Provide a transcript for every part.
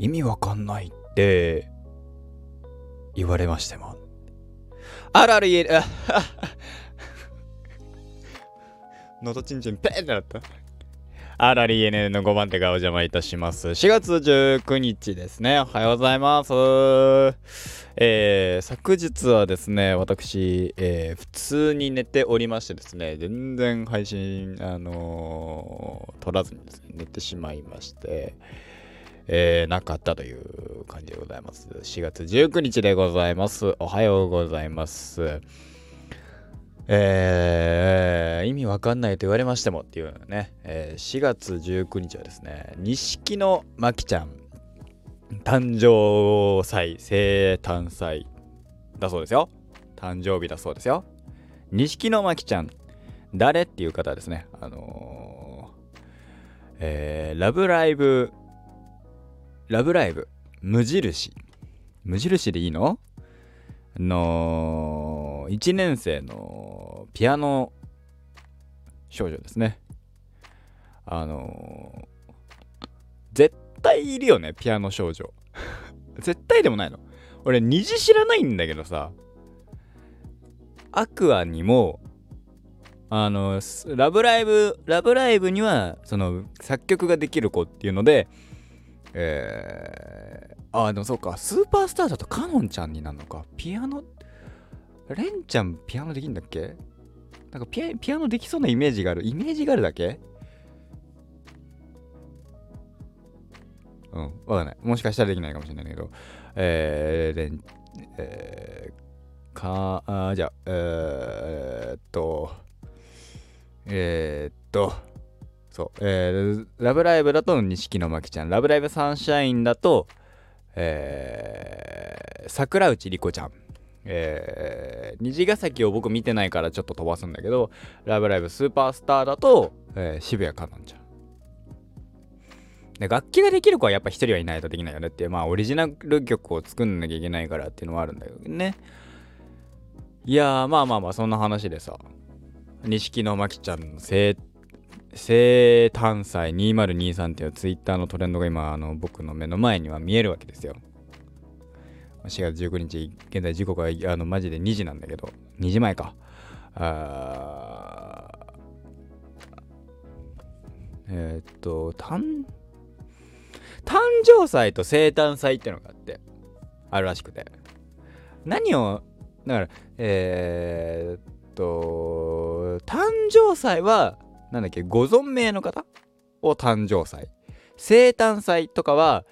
意味わかんないって言われましても。あるある言える。のどちんちんペーってなった。RRENN の5番手がお邪魔いたします。4月19日ですね。おはようございます。昨日はですね、私、普通に寝ておりましてですね、全然配信、撮らずにですね、寝てしまいまして、なかったという感じでございます。4月19日でございます。おはようございます。意味わかんないと言われましてもっていうのね、4月19日はですね、錦野真紀ちゃん誕生祭、生誕祭だそうですよ。誕生日だそうですよ。錦野真紀ちゃん、誰っていう方はですね、ラブライブ、無印でいいの1年生のピアノ少女ですね。絶対いるよね、ピアノ少女。絶対でもないの。俺、虹知らないんだけどさ、アクアにも、ラブライブには、その、作曲ができる子っていうので、でもそうか、スーパースターだとカノンちゃんになるのか。ピアノ、レンちゃんピアノできんだっけ？なんかピアノできそうなイメージがあるだけ？わかんない。もしかしたらできないかもしれないんだけど、じゃあ、そう、ラブライブだと錦野真紀ちゃん、ラブライブサンシャインだと、桜内莉子ちゃん、虹ヶ崎を僕見てないからちょっと飛ばすんだけど、ラブライブスーパースターだと、渋谷かのんちゃんで、楽器ができる子はやっぱ一人はいないとできないよねっていう、まあオリジナル曲を作んなきゃいけないからっていうのはあるんだけどね。いやー、まあそんな話でさ、錦野真紀ちゃんの生誕祭2023っていうツイッターのトレンドが今僕の目の前には見えるわけですよ。4月19日現在時刻はマジで2時なんだけど、2時前か。誕生祭と生誕祭ってのがあるらしくて、何をだから誕生祭はなんだっけ、ご存命の方を誕生祭、生誕祭とかは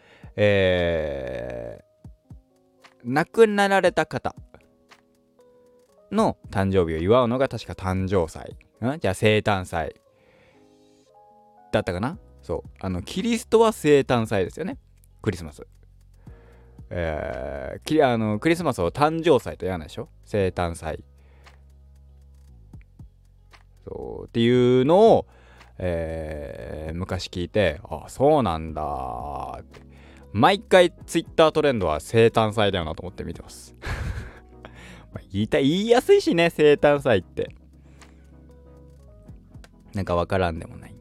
亡くなられた方の誕生日を祝うのが確か誕生祭、じゃあ生誕祭だったかな。そうキリストは生誕祭ですよね。クリスマス、クリスマスを誕生祭と言わないでしょ、生誕祭。そうっていうのを、昔聞いて、あ、そうなんだーって。毎回ツイッタートレンドは生誕祭だよなと思って見てます。言いやすいしね、生誕祭って。なんかわからんでもない。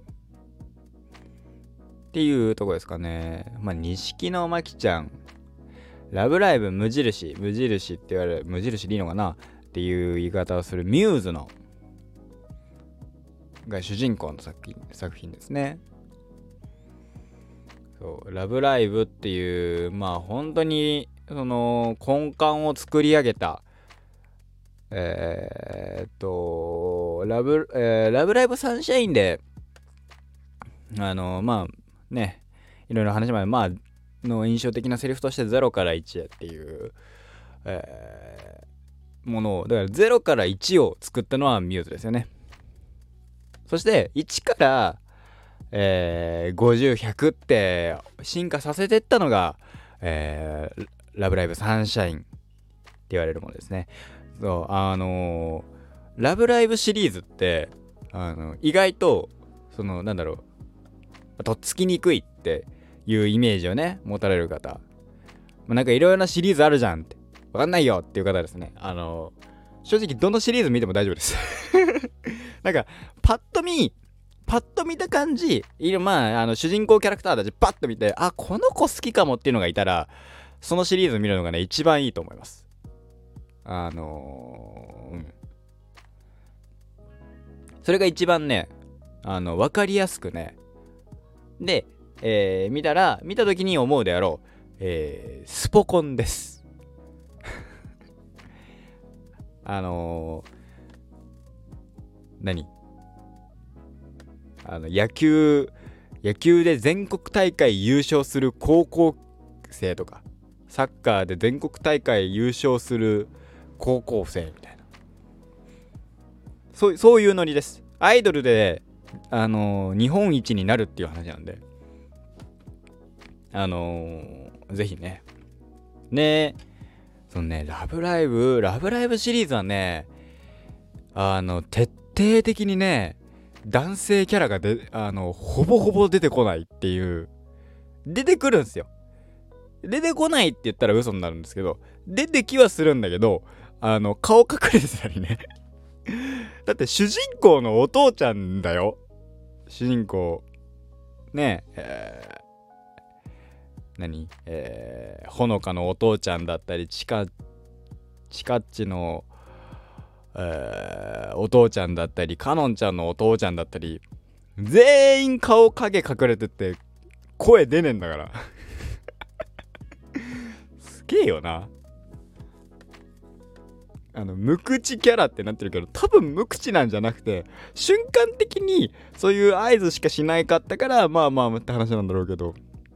っていうとこですかね。まあ、錦野真紀ちゃん、ラブライブ無印って言われる、無印でいいのかなっていう言い方をするミューズのが主人公の作品ですね。そうラブライブっていうまあ本当にその根幹を作り上げたラブライブサンシャインでまあね、いろいろ話もある、まあの印象的なセリフとして0から1へっていう、ものを、だから0から1を作ったのはミューズですよね。そして1から、50、100って進化させていったのが、ラブライブサンシャインって言われるものですね。そうラブライブシリーズって意外とそのなんだろう、とっつきにくいっていうイメージをね持たれる方、なんかいろいろなシリーズあるじゃんってわかんないよっていう方ですね。正直どのシリーズ見ても大丈夫です。なんかパッと見パッと見た感じ、主人公キャラクターたちパッと見て、あ、この子好きかもっていうのがいたら、そのシリーズ見るのがね、一番いいと思います。それが一番ね、わかりやすくね。で、見た時に思うであろう、スポコンです。野球で全国大会優勝する高校生とか、サッカーで全国大会優勝する高校生みたいな、そういうノリです。アイドルで日本一になるっていう話なんで、ぜひね、そのね、ラブライブシリーズはね、徹底的にね、男性キャラがほぼほぼ出てこないっていう、出てくるんですよ。出てこないって言ったら嘘になるんですけど、出てきはするんだけど、顔隠れてたりね。だって主人公のお父ちゃんだよ。主人公ねほのかのお父ちゃんだったり、ちかっちの、お父ちゃんだったり、かのんちゃんのお父ちゃんだったり、全員顔影隠れてて声出ねえんだからすげえよな。無口キャラってなってるけど、多分無口なんじゃなくて、瞬間的にそういう合図しかしないかったから、まあって話なんだろうけど、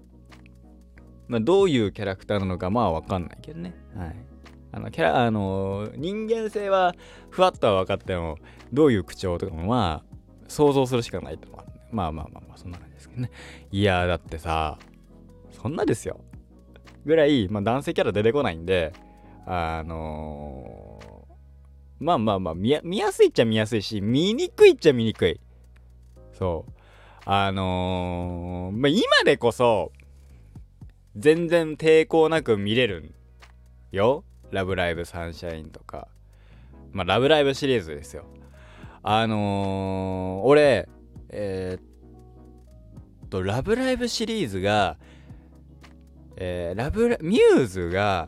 どういうキャラクターなのかわかんないけどね。はい。人間性はふわっとは分かっても、どういう口調とかも想像するしかないと思う。そんな感じですけどね。いやだってさ、そんなですよぐらい、男性キャラ出てこないんで、見やすいっちゃ見やすいし、見にくいっちゃ見にくい。そう。今でこそ全然抵抗なく見れるよ。ラブライブサンシャインとか、ラブライブシリーズですよ。俺ラブライブシリーズが、ミューズが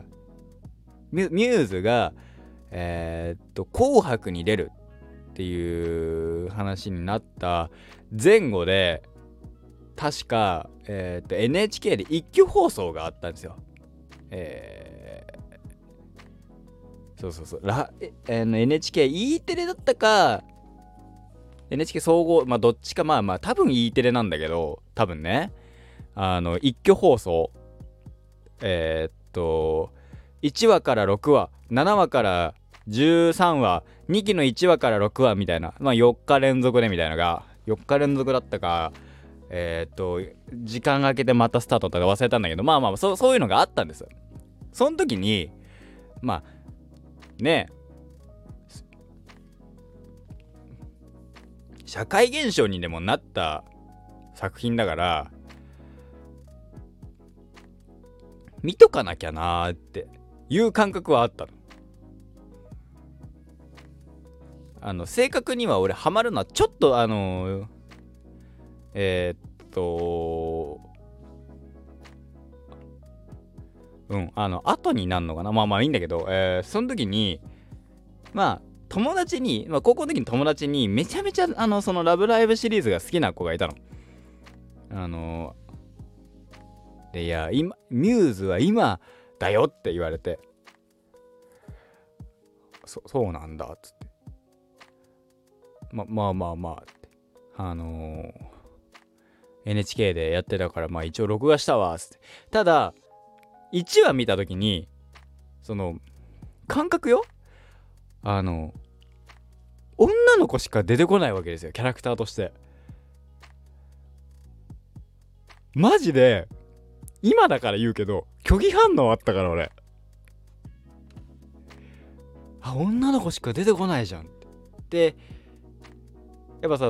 紅白に出るっていう話になった前後で、確か、NHK で一挙放送があったんですよ。NHKE テレだったか NHK 総合、どっちか、多分 E テレなんだけど、多分ね、一挙放送、1話から6話、7話から13話、2期の1話から6話みたいな、4日連続でみたいなのが、4日連続だったか、時間が空けてまたスタートとか忘れたんだけど、そういうのがあったんです。その時に、社会現象にでもなった作品だから、見とかなきゃなーっていう感覚はあったの。正確には俺ハマるのはちょっと後になるのかな。いいんだけど、その時に友達に、高校の時に友達にめちゃめちゃそのラブライブシリーズが好きな子がいたの。で、いや、ミューズは今だよって言われて、そうなんだっつって、ってNHK でやってたから一応録画したわっつって。ただ1話見た時に、その感覚よ、女の子しか出てこないわけですよ、キャラクターとして。マジで今だから言うけど拒否反応あったから俺、女の子しか出てこないじゃんって。でやっぱさ、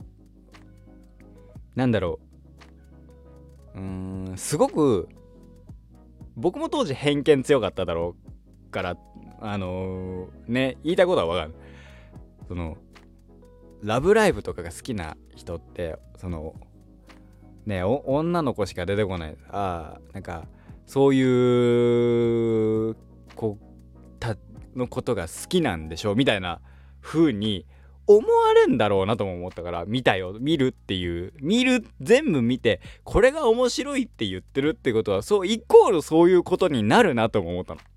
すごく僕も当時偏見強かっただろうから、言いたいことは分かる。 ラブライブとかが好きな人ってそのね女の子しか出てこない、なんかそういう子のことが好きなんでしょみたいな風に思われんだろうなとも思ったから、見る全部見てこれが面白いって言ってるってことはそうイコールそういうことになるなとも思ったの。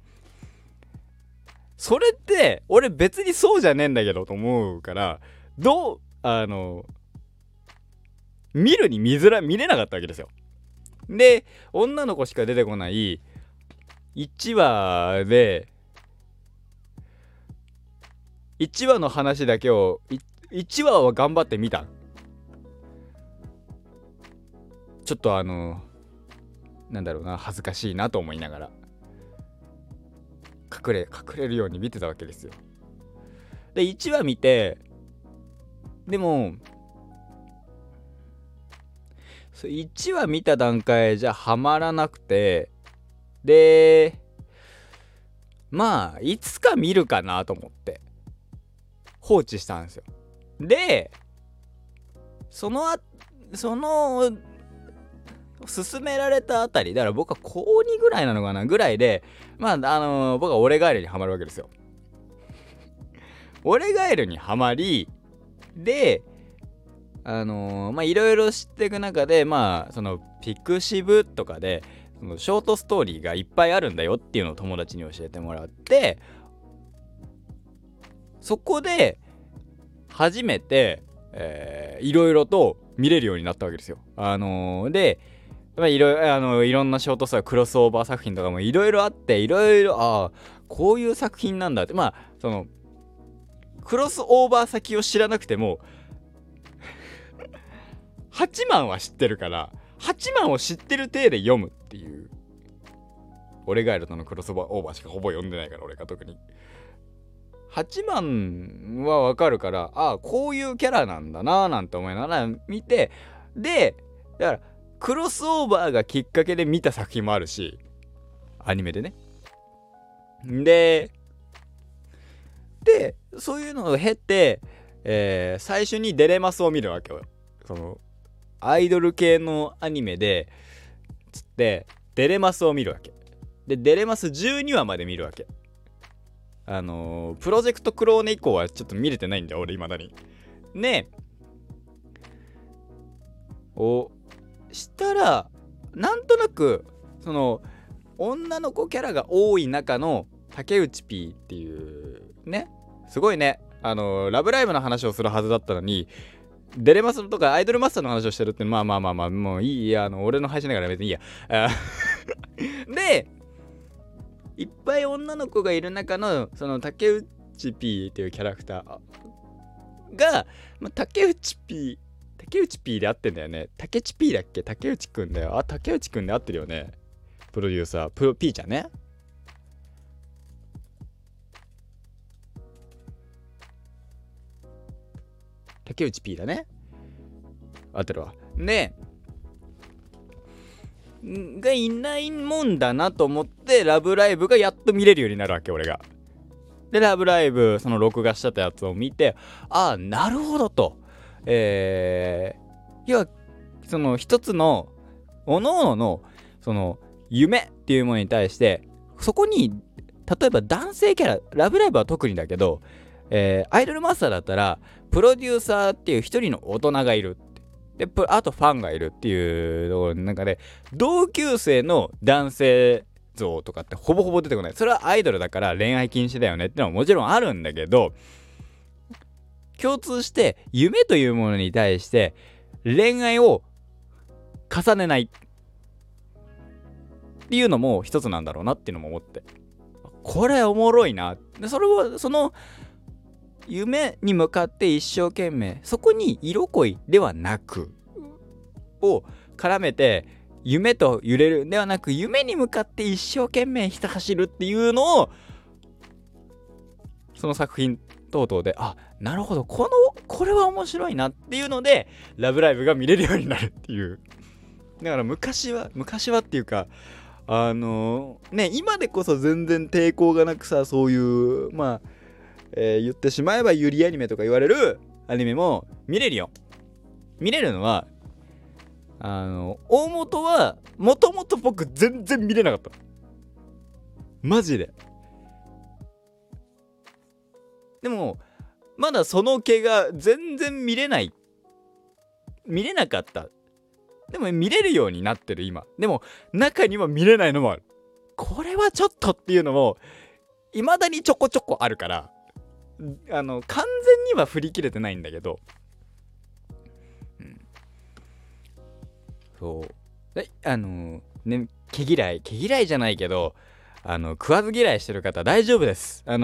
それって俺別にそうじゃねえんだけどと思うから、見れなかったわけですよ。で女の子しか出てこない1話で1話の話だけを1話は頑張って見た。ちょっとなんだろうな、恥ずかしいなと思いながら隠れるように見てたわけですよ。で1話見て、でも1話見た段階じゃハマらなくて、でまあいつか見るかなと思って放置したんですよ。でその勧められたあたりだから僕は高2ぐらいなのかなぐらいで、まあ僕は俺ガエルにハマるわけですよ。俺ガエルにハマりでまあいろいろ知っていく中で、まあそのピクシブとかでそのショートストーリーがいっぱいあるんだよっていうのを友達に教えてもらって、そこで初めていろいろと見れるようになったわけですよ。で、まあ、いろんなショートストーリークロスオーバー作品とかもいろいろあって、いろいろこういう作品なんだって、まあそのクロスオーバー先を知らなくても8万は知ってるから、8万を知ってる体で読むっていう。俺ガエルとのクロスオーバーしかほぼ読んでないから、俺が特に8万はわかるから、こういうキャラなんだなーなんて思いながら見て、でだからクロスオーバーがきっかけで見た作品もあるし、アニメでね。でそういうのを経て、最初にデレマスを見るわけよ。そのアイドル系のアニメでつってデレマスを見るわけで、デレマス12話まで見るわけ。プロジェクトクローネ以降はちょっと見れてないんだよ俺未だにね。したらなんとなくその女の子キャラが多い中の竹内 P っていうね、すごいね、ラブライブの話をするはずだったのにデレマスとかアイドルマスターの話をしてるって、まあもういいや、俺の配信だから別にいいやでいっぱい女の子がいる中のその竹内 P っていうキャラクターが、竹内 P で合ってんだよね。竹内 P だっけ、竹内くんだよ。竹内くんで合ってるよね。プロデューサーP ちゃんね。竹内 P だね、合ってるわ。ねがいないもんだなと思ってラブライブがやっと見れるようになるわけ俺が。でラブライブその録画したやつを見て、なるほどと、要はその一つの各々のその夢っていうものに対してそこに例えば男性キャラ、ラブライブは特にだけど、アイドルマスターだったらプロデューサーっていう一人の大人がいる。であとファンがいるっていうところの中で同級生の男性像とかってほぼほぼ出てこない。それはアイドルだから恋愛禁止だよねってのはもちろんあるんだけど、共通して夢というものに対して恋愛を重ねないっていうのも一つなんだろうなっていうのも思って、これおもろいな。でそれはその夢に向かって一生懸命、そこに色恋ではなくを絡めて夢と揺れるではなく夢に向かって一生懸命ひた走るっていうのをその作品等々でなるほどこれは面白いなっていうのでラブライブが見れるようになるっていう。だから昔はっていうか今でこそ全然抵抗がなくさ、そういう言ってしまえばユリアニメとか言われるアニメも見れるよ。見れるのは大元はもともと僕全然見れなかった。マジで。でもまだその毛が全然見れなかった。でも見れるようになってる今。でも中には見れないのもある。これはちょっとっていうのも未だにちょこちょこあるから、完全には振り切れてないんだけど、そうでね、毛嫌いじゃないけど食わず嫌いしてる方大丈夫です。だ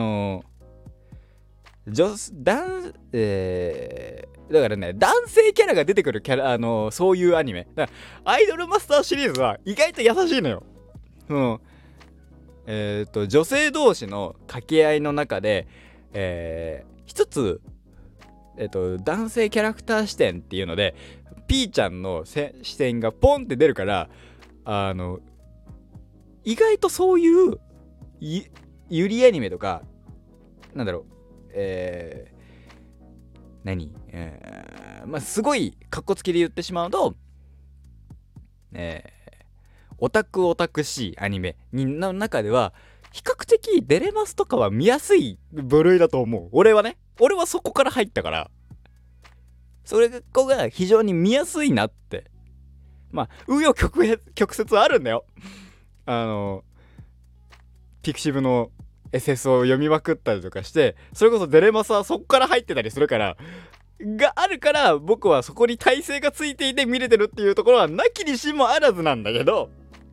からね、男性キャラが出てくるそういうアニメだからアイドルマスターシリーズは意外と優しいのよ。女性同士の掛け合いの中で、一つ、男性キャラクター視点っていうのでピーちゃんの視点がポンって出るから、意外とそういうゆりアニメとかなんだろう、すごいカッコつきで言ってしまうと、オタクしいアニメの中では比較的デレマスとかは見やすい部類だと思う。俺はそこから入ったから、それが非常に見やすいなって。紆余曲折あるんだよ。ピクシブの SS を読みまくったりとかして、それこそデレマスはそこから入ってたりするからがあるから、僕はそこに耐性がついていて見れてるっていうところはなきにしもあらずなんだけど、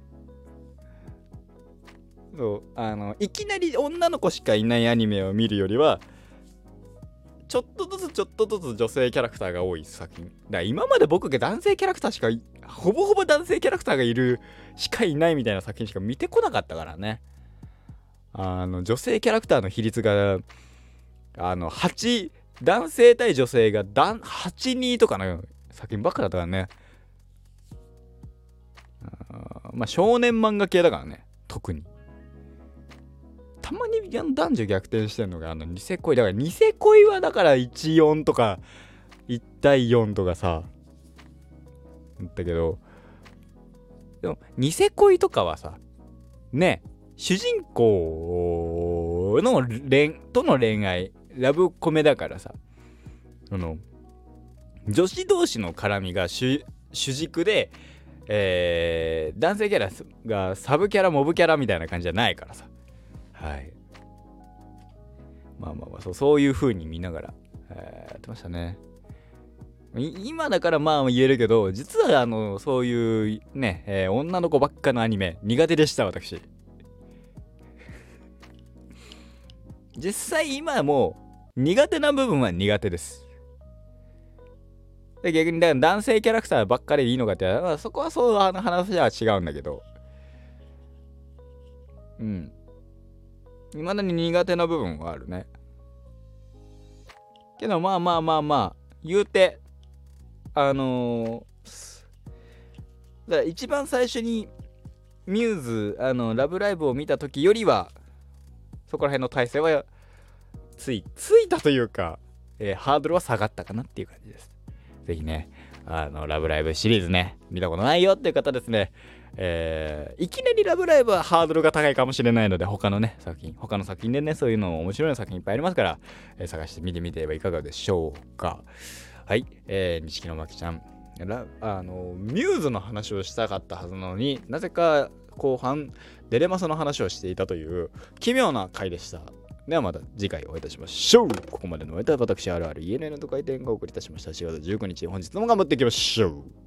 そういきなり女の子しかいないアニメを見るよりはちょっとずつ女性キャラクターが多い作品だから、今まで僕が男性キャラクターしかほぼ男性キャラクターがいるしかいないみたいな作品しか見てこなかったからね。女性キャラクターの比率が8男性対女性が8-2とかの作品ばっかだったからね。少年漫画系だからね。特にたまに男女逆転してるのがニセ恋だから、ニセ恋はだから14とか1対4とかさだけど、でもニセ恋とかはさね、主人公の恋愛ラブコメだからさ、女子同士の絡みが主軸で、男性キャラがサブキャラモブキャラみたいな感じじゃないからさ。はい。そういう風に見ながら、やってましたね。今だから言えるけど、実はそういうね、女の子ばっかのアニメ苦手でした私。実際今も苦手な部分は苦手です。で逆にだから男性キャラクターばっかりでいいのかって、そこはそう話は違うんだけど、未だに苦手な部分はあるね。けど言うてだから一番最初にミューズラブライブを見た時よりはそこら辺の体勢はついたというか、ハードルは下がったかなっていう感じです。ぜひねラブライブシリーズね見たことないよっていう方ですね、いきなりラブライブはハードルが高いかもしれないので、他の作品でねそういうの面白い作品いっぱいありますから、探して見てみてはいかがでしょうか。はい、錦野真希ちゃんミューズの話をしたかったはずなのになぜか後半デレマソの話をしていたという奇妙な回でした。ではまた次回お会いいたしましょう。ここまでのお相手は私あるENNと回転がお送りいたしました。4月19日本日も頑張っていきましょう。